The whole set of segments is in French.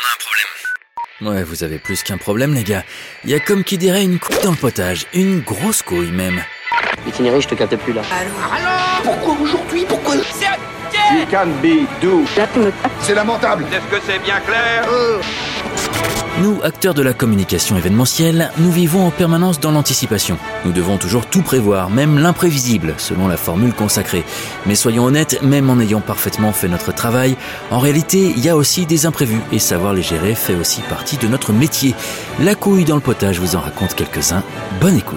a un problème. Ouais, vous avez plus qu'un problème, les gars. Il y a comme qui dirait une couille dans le potage. Une grosse couille, même. Itinéraire, je te capte plus là. Allô. Pourquoi aujourd'hui? Pourquoi? C'est You can be do. C'est lamentable. Est-ce que c'est bien clair? Nous, acteurs de la communication événementielle, nous vivons en permanence dans l'anticipation. Nous devons toujours tout prévoir, même l'imprévisible, selon la formule consacrée. Mais soyons honnêtes, même en ayant parfaitement fait notre travail, en réalité, il y a aussi des imprévus, et savoir les gérer fait aussi partie de notre métier. La couille dans le potage vous en raconte quelques-uns. Bonne écoute.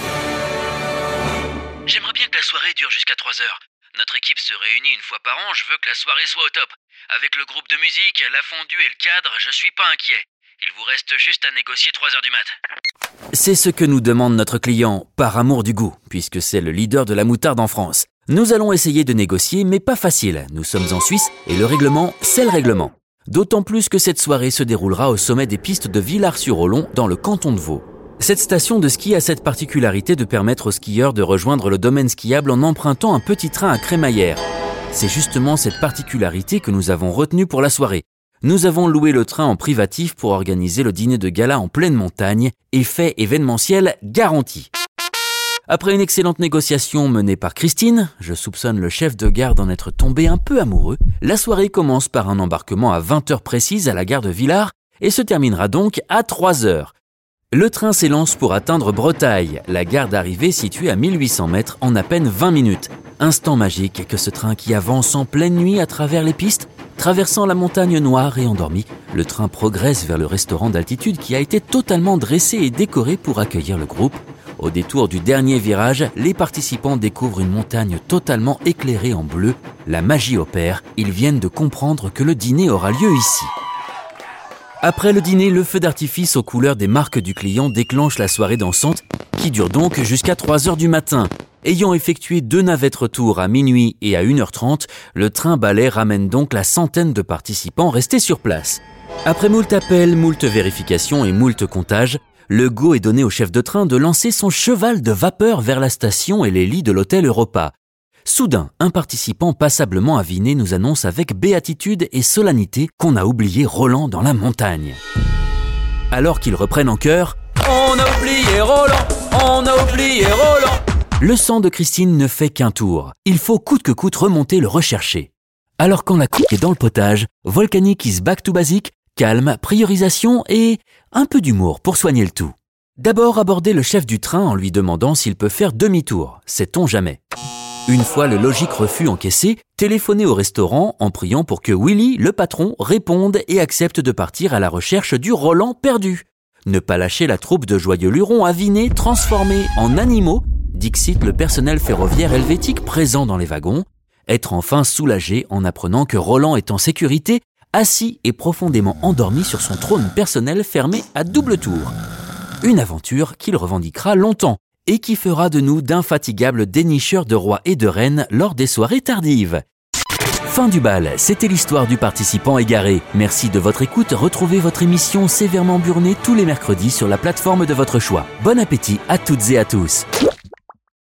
J'aimerais bien que la soirée dure jusqu'à 3 heures. Notre équipe se réunit une fois par an, je veux que la soirée soit au top. Avec le groupe de musique, la fondue et le cadre, je suis pas inquiet. Il vous reste juste à négocier 3 heures du mat. C'est ce que nous demande notre client, par amour du goût, puisque c'est le leader de la moutarde en France. Nous allons essayer de négocier, mais pas facile. Nous sommes en Suisse et le règlement, c'est le règlement. D'autant plus que cette soirée se déroulera au sommet des pistes de Villars-sur-Olon, dans le canton de Vaud. Cette station de ski a cette particularité de permettre aux skieurs de rejoindre le domaine skiable en empruntant un petit train à crémaillère. C'est justement cette particularité que nous avons retenue pour la soirée. Nous avons loué le train en privatif pour organiser le dîner de gala en pleine montagne, effet événementiel garanti. Après une excellente négociation menée par Christine, je soupçonne le chef de gare d'en être tombé un peu amoureux, la soirée commence par un embarquement à 20h précises à la gare de Villars et se terminera donc à 3h. Le train s'élance pour atteindre Bretaille, la gare d'arrivée située à 1800 mètres en à peine 20 minutes. Instant magique que ce train qui avance en pleine nuit à travers les pistes, traversant la montagne noire et endormie, le train progresse vers le restaurant d'altitude qui a été totalement dressé et décoré pour accueillir le groupe. Au détour du dernier virage, les participants découvrent une montagne totalement éclairée en bleu. La magie opère, ils viennent de comprendre que le dîner aura lieu ici. Après le dîner, le feu d'artifice aux couleurs des marques du client déclenche la soirée dansante qui dure donc jusqu'à 3h du matin. Ayant effectué 2 navettes retour à minuit et à 1h30, le train balai ramène donc la centaine de participants restés sur place. Après moult appels, moult vérifications et moult comptages, le go est donné au chef de train de lancer son cheval de vapeur vers la station et les lits de l'hôtel Europa. Soudain, un participant passablement aviné nous annonce avec béatitude et solennité qu'on a oublié Roland dans la montagne. Alors qu'ils reprennent en chœur « On a oublié Roland, on a oublié Roland !» Le sang de Christine ne fait qu'un tour. Il faut coûte que coûte remonter le recherché. Alors quand la couille est dans le potage, Volcanic is back to basic, calme, priorisation et un peu d'humour pour soigner le tout. D'abord aborder le chef du train en lui demandant s'il peut faire demi-tour, sait-on jamais. Une fois le logique refus encaissé, téléphoner au restaurant en priant pour que Willy, le patron, réponde et accepte de partir à la recherche du Roland perdu. Ne pas lâcher la troupe de joyeux lurons avinés, transformés en animaux, dixit le personnel ferroviaire helvétique présent dans les wagons, être enfin soulagé en apprenant que Roland est en sécurité, assis et profondément endormi sur son trône personnel fermé à double tour. Une aventure qu'il revendiquera longtemps et qui fera de nous d'infatigables dénicheurs de rois et de reines lors des soirées tardives. Fin du bal, c'était l'histoire du participant égaré. Merci de votre écoute, retrouvez votre émission sévèrement burnée tous les mercredis sur la plateforme de votre choix. Bon appétit à toutes et à tous.